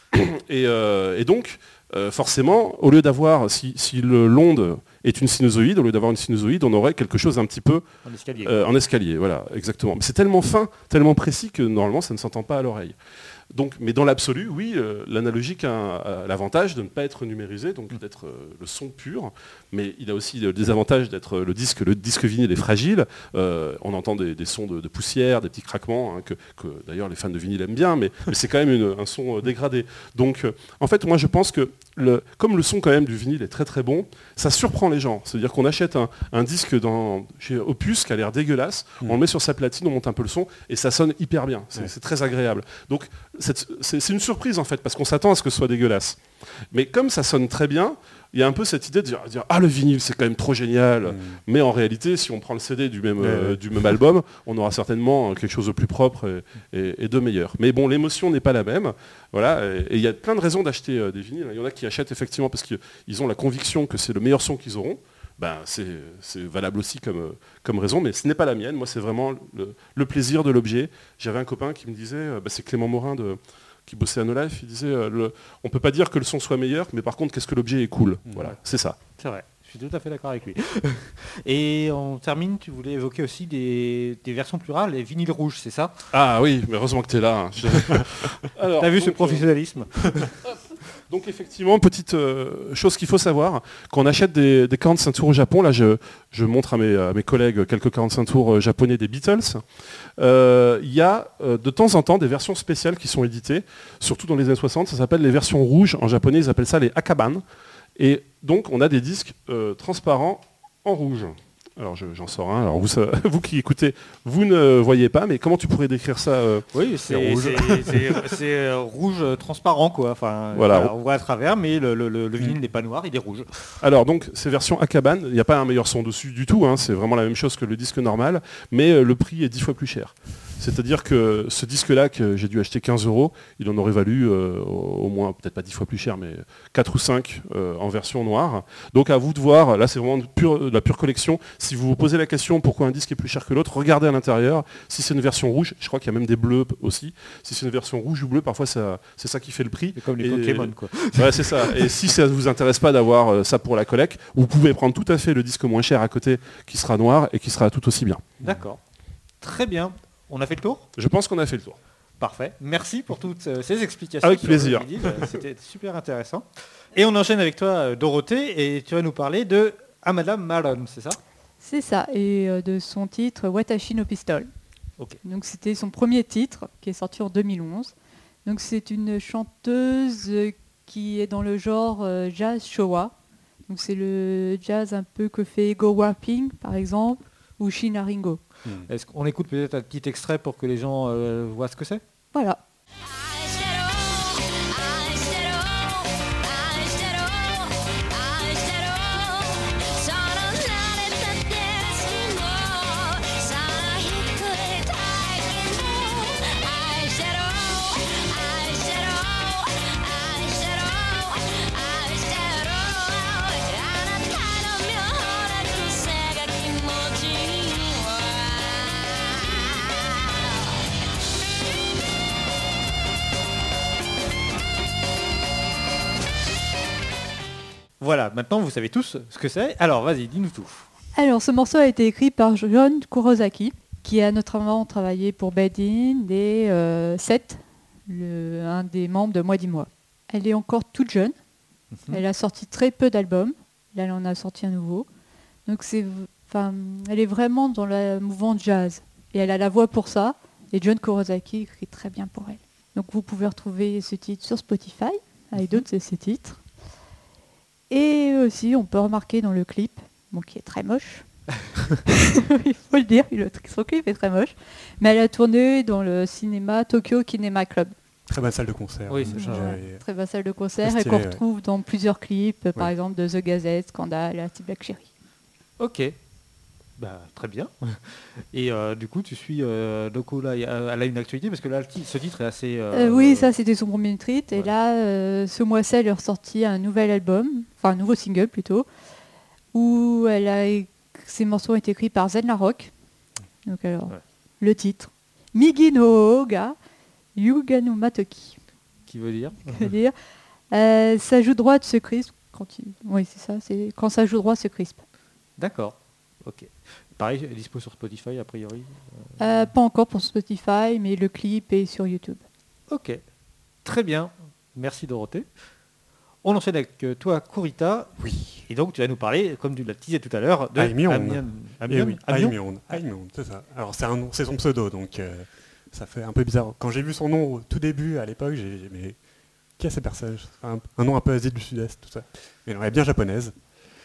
Et donc, forcément, au lieu d'avoir, si l'onde est une sinusoïde, au lieu d'avoir une sinusoïde, on aurait quelque chose un petit peu en escalier. Voilà, exactement. Mais c'est tellement fin, tellement précis que normalement ça ne s'entend pas à l'oreille. Donc, mais dans l'absolu, oui, l'analogique a l'avantage de ne pas être numérisé, donc d'être le son pur, mais il a aussi le désavantage d'être le disque vinyle est fragile, on entend des sons de poussière, des petits craquements, que d'ailleurs les fans de vinyle aiment bien, mais c'est quand même un son dégradé. Donc en fait, moi je pense que comme le son quand même du vinyle est très très bon, ça surprend les gens. C'est-à-dire qu'on achète un disque chez Opus qui a l'air dégueulasse, on le met sur sa platine, on monte un peu le son, et ça sonne hyper bien, c'est très agréable. Donc c'est une surprise en fait, parce qu'on s'attend à ce que ce soit dégueulasse. Mais comme ça sonne très bien, il y a un peu cette idée de dire ah, le vinyle c'est quand même trop génial. Mais en réalité, si on prend le CD du même album, on aura certainement quelque chose de plus propre et de meilleur. Mais bon, l'émotion n'est pas la même. Voilà, et il y a plein de raisons d'acheter des vinyles. Il y en a qui achètent effectivement parce qu'ils ont la conviction que c'est le meilleur son qu'ils auront. C'est valable aussi comme raison, mais ce n'est pas la mienne. Moi, c'est vraiment le plaisir de l'objet. J'avais un copain qui me disait, c'est Clément Morin qui bossait à No Life, il disait, on peut pas dire que le son soit meilleur, mais par contre, qu'est-ce que l'objet est cool. Voilà, c'est ça. C'est vrai. Je suis tout à fait d'accord avec lui. Et on termine, tu voulais évoquer aussi des versions plus rares, les vinyles rouges, c'est ça? Ah oui, mais heureusement que tu es là. T'as vu ce professionnalisme? Donc effectivement, petite chose qu'il faut savoir, quand on achète des 45 tours au Japon, là je montre à mes collègues quelques 45 tours japonais des Beatles, il y a de temps en temps des versions spéciales qui sont éditées, surtout dans les années 60, ça s'appelle les versions rouges, en japonais ils appellent ça les akaban, et donc on a des disques transparents en rouge. Alors j'en sors un, alors vous qui écoutez, vous ne voyez pas, mais comment tu pourrais décrire ça Oui, c'est rouge. C'est rouge transparent quoi, enfin, voilà. On voit à travers, mais le vinyle n'est pas noir, il est rouge. Alors donc ces versions Akaban, il n'y a pas un meilleur son dessus du tout, c'est vraiment la même chose que le disque normal, mais le prix est 10 fois plus cher. C'est-à-dire que ce disque-là que j'ai dû acheter 15 €, il en aurait valu au moins, peut-être pas 10 fois plus cher, mais 4 ou 5 en version noire. Donc à vous de voir, là c'est vraiment de la pure collection. Si vous vous posez la question pourquoi un disque est plus cher que l'autre, regardez à l'intérieur. Si c'est une version rouge, je crois qu'il y a même des bleus aussi. Si c'est une version rouge ou bleue, parfois c'est ça qui fait le prix. C'est comme les Pokémon quoi. Ouais, c'est ça. Et si ça ne vous intéresse pas d'avoir ça pour la collecte, vous pouvez prendre tout à fait le disque moins cher à côté qui sera noir et qui sera tout aussi bien. D'accord. Très bien. On a fait le tour ? Je pense qu'on a fait le tour. Parfait. Merci pour toutes ces explications. Avec plaisir. C'était super intéressant. Et on enchaîne avec toi, Dorothée, et tu vas nous parler de Madame Maron, c'est ça ? C'est ça, et de son titre Watashi no Pistol. Okay. Donc c'était son premier titre, qui est sorti en 2011. Donc c'est une chanteuse qui est dans le genre jazz Showa. Donc c'est le jazz un peu que fait Go Warping, par exemple, ou Shina Ringo. Est-ce qu'on écoute peut-être un petit extrait pour que les gens voient ce que c'est ? Voilà. Voilà, maintenant vous savez tous ce que c'est. Alors vas-y, dis-nous tout. Alors ce morceau a été écrit par John Kurosaki, qui a notamment travaillé pour Bed In et Set un des membres de Moi Dis Moi. Elle est encore toute jeune. Elle a sorti très peu d'albums. Là, elle en a sorti un nouveau. Donc elle est vraiment dans la mouvement jazz. Et elle a la voix pour ça. Et John Kurosaki écrit très bien pour elle. Donc vous pouvez retrouver ce titre sur Spotify, avec d'autres de ses titres. Et aussi, on peut remarquer dans le clip, qui est très moche. Il faut le dire, son clip est très moche. Mais elle a tourné dans le cinéma Tokyo Kinema Club. Très bonne salle de concert. Oui, c'est ça. Très bonne salle de concert et qu'on retrouve dans plusieurs clips, par exemple de The Gazette, Scandal, Ati Black Cherry. Ok. Très bien. Et du coup, tu suis Doko là, elle a une actualité parce que là, ce titre est assez. Oui, ça c'était son premier titre. Ouais. Et là, ce mois-ci, elle a ressorti un nouvel album, enfin un nouveau single plutôt, où ses morceaux ont été écrits par Zen La Rock. Donc alors, le titre Migi no Oga Yuga no Matoki. Qui veut dire sa joue droite se crispe. Oui, c'est ça. C'est quand sa joue droite se crispe. D'accord. Ok. Pareil, dispo sur Spotify a priori Pas encore pour Spotify, mais le clip est sur YouTube. Ok. Très bien. Merci Dorothée. On enchaîne avec toi, Kurita. Oui. Et donc, tu vas nous parler, comme tu l'as teasé tout à l'heure, de Aimion, c'est ça. Alors, c'est son pseudo, donc ça fait un peu bizarre. Quand j'ai vu son nom au tout début, à l'époque, j'ai dit, mais qui est cette personne ? Un nom un peu Asie du Sud-Est, tout ça. Mais non, elle est bien japonaise.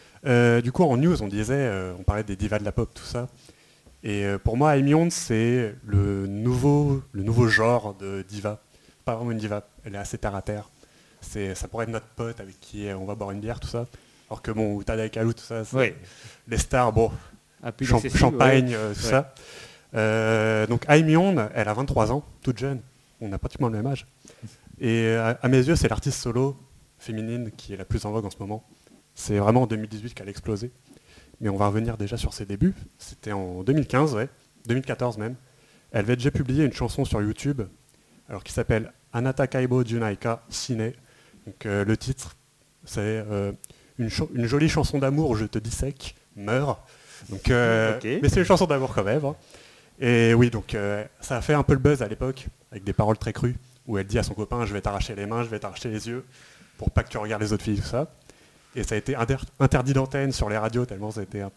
Du coup, en news, on parlait des divas de la pop, tout ça. Et pour moi, Aimion, c'est le nouveau genre de diva. Pas vraiment une diva, elle est assez terre à terre. Ça pourrait être notre pote avec qui on va boire une bière, tout ça. Alors que bon, Utada Hikaru, tout ça, les stars, champagne, tout ça. Donc Aimion, elle a 23 ans, toute jeune. On a pratiquement le même âge. Et à mes yeux, c'est l'artiste solo féminine qui est la plus en vogue en ce moment. C'est vraiment en 2018 qu'elle a explosé. Mais on va revenir déjà sur ses débuts. C'était en 2015, 2014 même. Elle avait déjà publié une chanson sur YouTube, alors qui s'appelle Anata Kaibo Junaika Shine. Donc le titre, c'est une jolie chanson d'amour où je te dissèque, meurs. Donc, okay. Mais c'est une chanson d'amour quand même. Hein. Et oui, donc ça a fait un peu le buzz à l'époque, avec des paroles très crues, où elle dit à son copain, je vais t'arracher les mains, je vais t'arracher les yeux, pour pas que tu regardes les autres filles, tout ça. Et ça a été interdit d'antenne sur les radios, tellement ça a été un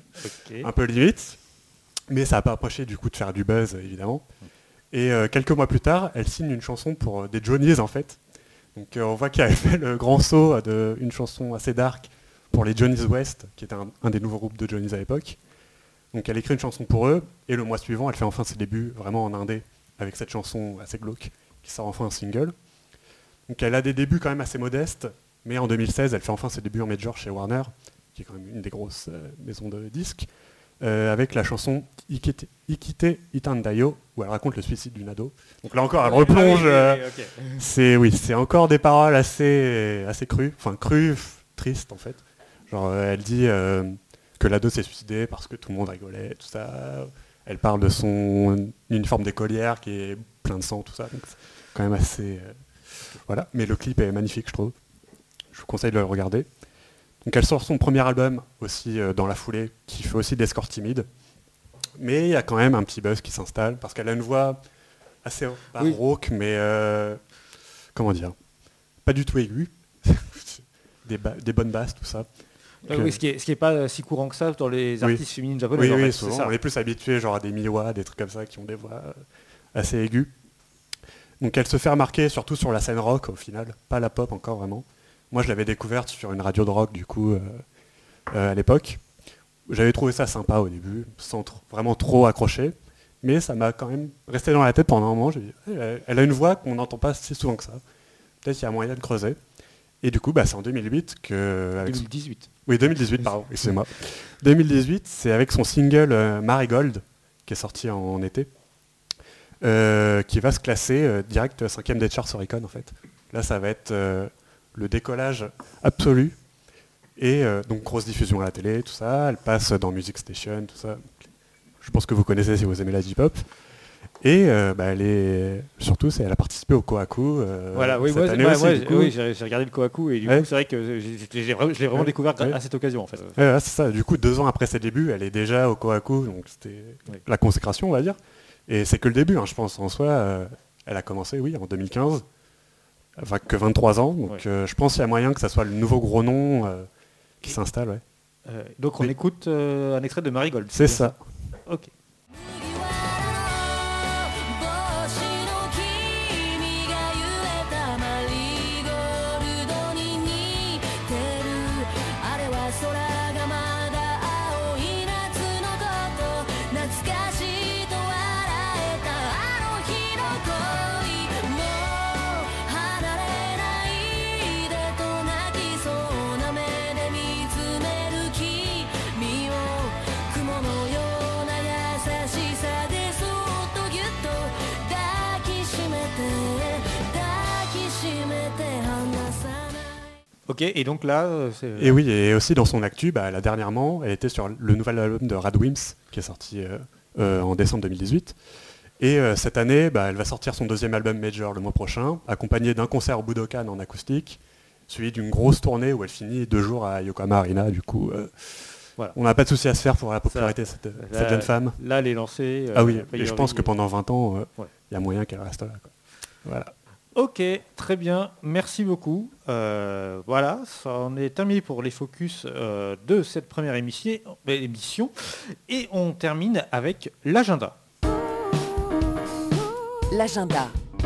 peu limite. Mais ça n'a pas empêché du coup de faire du buzz, évidemment. Et quelques mois plus tard, elle signe une chanson pour des Johnnies, en fait. Donc on voit qu'elle avait fait le grand saut d'une chanson assez dark pour les Johnnies West, qui était un des nouveaux groupes de Johnnies à l'époque. Donc elle écrit une chanson pour eux, et le mois suivant, elle fait enfin ses débuts vraiment en indé, avec cette chanson assez glauque, qui sort enfin un single. Donc elle a des débuts quand même assez modestes, mais en 2016, elle fait enfin ses débuts en major chez Warner, qui est quand même une des grosses maisons de disques, avec la chanson Ikite Itandayo, où elle raconte le suicide d'une ado. Donc là encore, elle replonge. Okay. C'est encore des paroles assez crues, tristes en fait. Genre, elle dit que l'ado s'est suicidé parce que tout le monde rigolait, tout ça. Elle parle de son uniforme d'écolière qui est plein de sang, tout ça. Donc c'est quand même assez... voilà, mais le clip est magnifique, je trouve. Je vous conseille de le regarder. Donc elle sort son premier album aussi dans la foulée, qui fait aussi des scores timides. Mais il y a quand même un petit buzz qui s'installe, parce qu'elle a une voix assez rauque, mais comment dire, pas du tout aiguë. des bonnes basses, tout ça. Oui, ce qui est pas si courant que ça dans les artistes féminines japonaises. Oui, souvent, on est plus habitué genre à des Miwa, des trucs comme ça, qui ont des voix assez aiguës. Donc elle se fait remarquer surtout sur la scène rock au final, pas la pop encore vraiment. Moi je l'avais découverte sur une radio de rock du coup à l'époque. J'avais trouvé ça sympa au début, sans vraiment trop accrocher, mais ça m'a quand même resté dans la tête pendant un moment. J'ai dit, elle a une voix qu'on n'entend pas si souvent que ça. Peut-être qu'il y a moyen de creuser. Et du coup, c'est en 2008 que... 2018. Oui, 2018, pardon, excusez-moi. 2018, c'est avec son single Marigold, qui est sorti en été, qui va se classer direct 5e des charts Oricon, en fait. Là, ça va être le décollage absolu. Et donc, grosse diffusion à la télé, tout ça. Elle passe dans Music Station, tout ça. Je pense que vous connaissez si vous aimez la J-pop. Et elle est surtout, elle a participé au Kohaku. Voilà, oui, cette année aussi, oui, j'ai regardé le Kohaku et du coup, c'est vrai que je l'ai vraiment découvert à cette occasion en fait. C'est ça. Du coup, 2 ans après ses débuts, elle est déjà au Kohaku, donc c'était la consécration, on va dire. Et c'est que le début, hein, je pense en soi. Elle a commencé, oui, en 2015. Enfin, que 23 ans. Donc je pense qu'il y a moyen que ça soit le nouveau gros nom qui s'installe. Ouais. Donc on écoute un extrait de Marigold. C'est ça. Ok. Ok, et donc là... Et oui, et aussi dans son actu, là, dernièrement, elle était sur le nouvel album de Radwimps, qui est sorti en décembre 2018. Et cette année, elle va sortir son deuxième album Major le mois prochain, accompagné d'un concert au Budokan en acoustique, suivi d'une grosse tournée où elle finit 2 jours à Yokohama Arena. Du coup, voilà. On n'a pas de souci à se faire pour la popularité de cette jeune femme. Là, elle est lancée... ah oui, et je pense que pendant 20 ans, y a moyen qu'elle reste là. Quoi. Voilà. Ok, très bien, merci beaucoup. Voilà, ça en est terminé pour les focus de cette première émission. Et on termine avec l'agenda. L'agenda.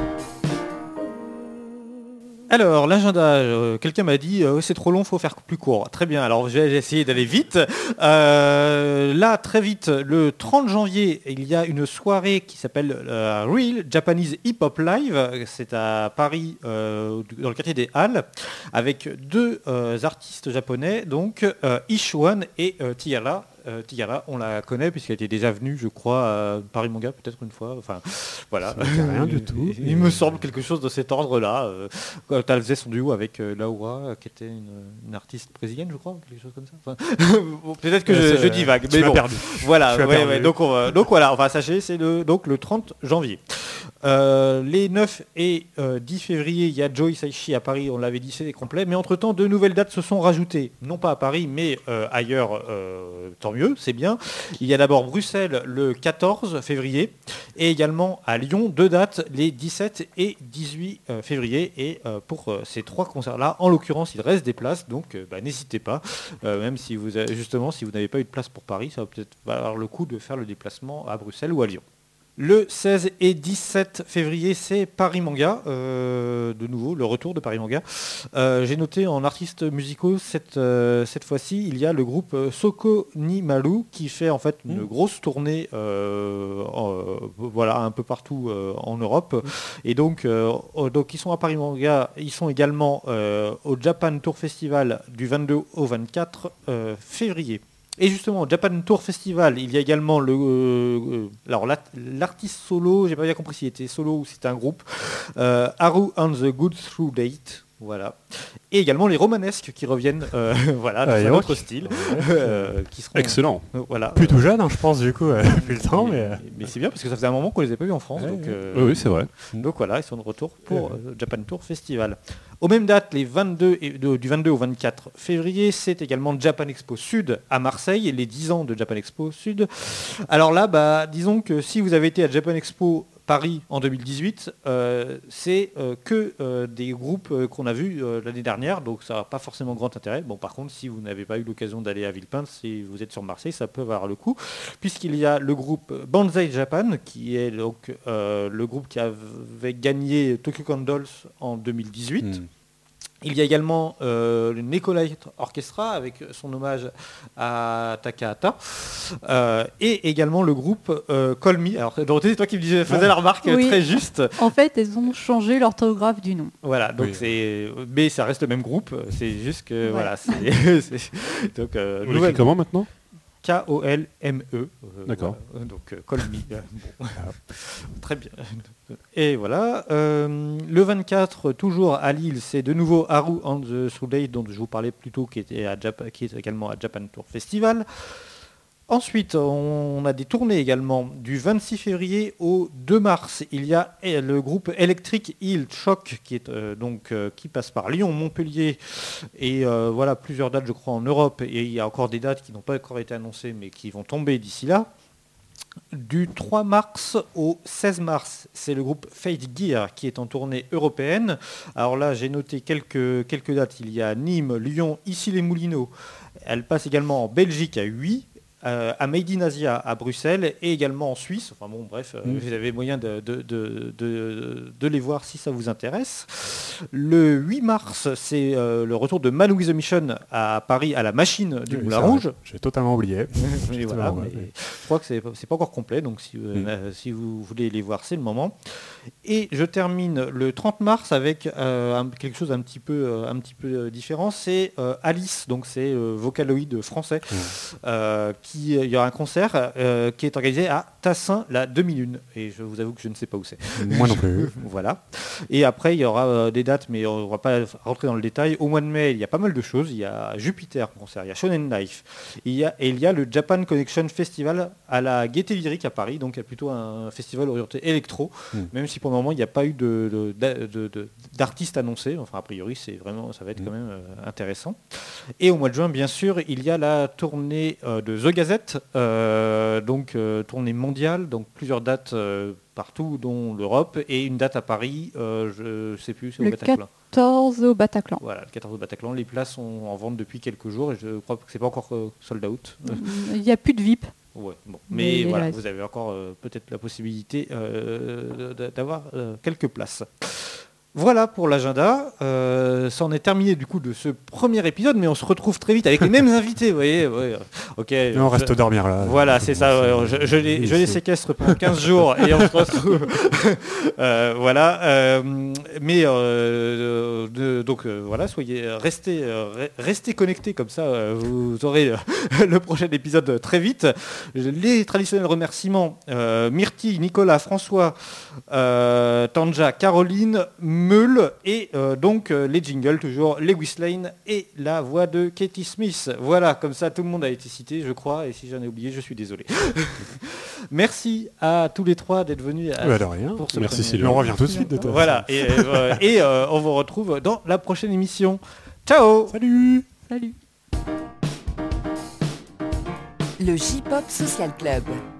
Alors, l'agenda, quelqu'un m'a dit c'est trop long, il faut faire plus court. Très bien, alors j'ai essayé d'aller vite. Là, très vite, le 30 janvier, il y a une soirée qui s'appelle Real Japanese Hip Hop Live. C'est à Paris, dans le quartier des Halles, avec 2 artistes japonais, donc Ishuan et Tiara. Tigara, on la connaît puisqu'elle était déjà venue, je crois, à Paris Manga peut-être une fois. Enfin, voilà. Rien du tout. Il me semble quelque chose de cet ordre-là. Quand elle faisait son duo avec Laura, qui était une artiste brésilienne, je crois, quelque chose comme ça. Enfin, peut-être que je divague, mais bon. Perdu. Voilà. Donc voilà. Enfin, sachez, c'est le 30 janvier. Les 9 et 10 février, il y a Joy Saishi à Paris. On l'avait dit, c'est complet. Mais entre-temps, 2 nouvelles dates se sont rajoutées, non pas à Paris, mais ailleurs. Tant mieux, c'est bien. Il y a d'abord Bruxelles le 14 février et également à Lyon 2 dates, les 17 et 18 février. Et pour ces 3 concerts-là, en l'occurrence, il reste des places, donc n'hésitez pas. Même si vous n'avez pas eu de place pour Paris, ça va peut-être valoir le coup de faire le déplacement à Bruxelles ou à Lyon. Le 16 et 17 février, c'est Paris Manga, de nouveau, le retour de Paris Manga. J'ai noté en artistes musicaux, cette fois-ci, il y a le groupe Soko ni Maru qui fait en fait une grosse tournée un peu partout en Europe. Et donc ils sont à Paris Manga, ils sont également au Japan Tour Festival du 22 au 24 février. Et justement, au Japan Tour Festival, il y a également l'artiste solo, j'ai pas bien compris s'il était solo ou si c'était un groupe, Haru and the Good Through Date. Voilà. Et également les romanesques qui reviennent dans un autre style. Qui seront, excellent. Voilà. Plutôt jeune, je pense, du coup, depuis le temps. Mais c'est bien parce que ça faisait un moment qu'on les avait pas vus en France. Oui, c'est vrai. Donc voilà, ils sont de retour pour Japan Tour Festival. Aux mêmes dates, du 22 au 24 février, c'est également Japan Expo Sud à Marseille, les 10 ans de Japan Expo Sud. Alors là, disons que si vous avez été à Japan Expo Paris en 2018, c'est que des groupes qu'on a vus l'année dernière, donc ça n'a pas forcément grand intérêt. Bon, par contre, si vous n'avez pas eu l'occasion d'aller à Villepinte, si vous êtes sur Marseille, ça peut avoir le coup, puisqu'il y a le groupe Banzai Japan, qui est donc le groupe qui avait gagné Tokyo Candles en 2018. Il y a également le Nicolite Orchestra avec son hommage à Takahata et également le groupe Call Me. Alors Dorothée, c'est toi qui me faisais la remarque très juste. En fait, elles ont changé l'orthographe du nom. Voilà, donc mais ça reste le même groupe. C'est juste que voilà. Donc vous l'écrivez comment maintenant? K-O-L-M-E. D'accord. Donc Call Me. Très bien. Et voilà. Le 24, toujours à Lille, c'est de nouveau Haru and the Through Date, dont je vous parlais plus tôt, qui est également à Japan Tour Festival. Ensuite, on a des tournées également. Du 26 février au 2 mars, il y a le groupe Electric Eel Shock qui passe par Lyon, Montpellier et voilà plusieurs dates je crois en Europe. Et il y a encore des dates qui n'ont pas encore été annoncées mais qui vont tomber d'ici là. Du 3 mars au 16 mars, c'est le groupe Fate Gear qui est en tournée européenne. Alors là, j'ai noté quelques dates. Il y a Nîmes, Lyon, Issy-les-Moulineaux. Elle passe également en Belgique à Huy, à Made in Asia à Bruxelles et également en Suisse. Enfin bon, bref, vous avez moyen de les voir si ça vous intéresse. Le 8 mars, c'est le retour de Man with a Mission à Paris à la Machine du Moulin Rouge. J'ai totalement oublié. Voilà, je crois que c'est pas encore complet, donc si vous voulez les voir, c'est le moment. Et je termine le 30 mars avec quelque chose un petit peu différent. C'est Alice, donc c'est Vocaloid français. Il y aura un concert qui est organisé à Tassin la demi-lune. Et je vous avoue que je ne sais pas où c'est. Moi non plus. Voilà. Et après, il y aura des dates, mais on ne va pas rentrer dans le détail. Au mois de mai, il y a pas mal de choses. Il y a Jupiter concert, il y a Shonen Life. Il y a le Japan Connection Festival à la Gaieté Lyrique à Paris. Donc il y a plutôt un festival orienté électro. Même si pour le moment, il n'y a pas eu d'artistes annoncés. Enfin, a priori, ça va être quand même intéressant. Et au mois de juin, bien sûr, il y a la tournée de The Gazette, tournée mondiale, donc plusieurs dates partout, dont l'Europe, et une date à Paris, je ne sais plus, c'est au Bataclan. Le 14 au Bataclan. Voilà, le 14 au Bataclan. Les places sont en vente depuis quelques jours et je crois que c'est pas encore sold out. Il n'y a plus de VIP. Ouais, bon. Mais voilà, vous avez encore peut-être la possibilité d'avoir quelques places. Voilà pour l'agenda. Ça en est terminé du coup de ce premier épisode, mais on se retrouve très vite avec les mêmes invités, vous voyez. Ouais. Ok. On reste dormir là. Voilà, c'est ça. Je les séquestre pendant 15 jours et on se retrouve. Voilà. Voilà, restez connectés comme ça. Vous aurez le prochain épisode très vite. Les traditionnels remerciements Myrtille, Nicolas, François, Tanja, Caroline, Meule et les jingles toujours, Lewis Lane et la voix de Katie Smith. Voilà, comme ça tout le monde a été cité, je crois, et si j'en ai oublié, je suis désolé. Merci à tous les trois d'être venus. De rien. Pour merci Sylvain. On revient tout de suite de toi. Voilà, et on vous retrouve dans la prochaine émission. Ciao. Salut. Salut. Le J-Pop Social Club.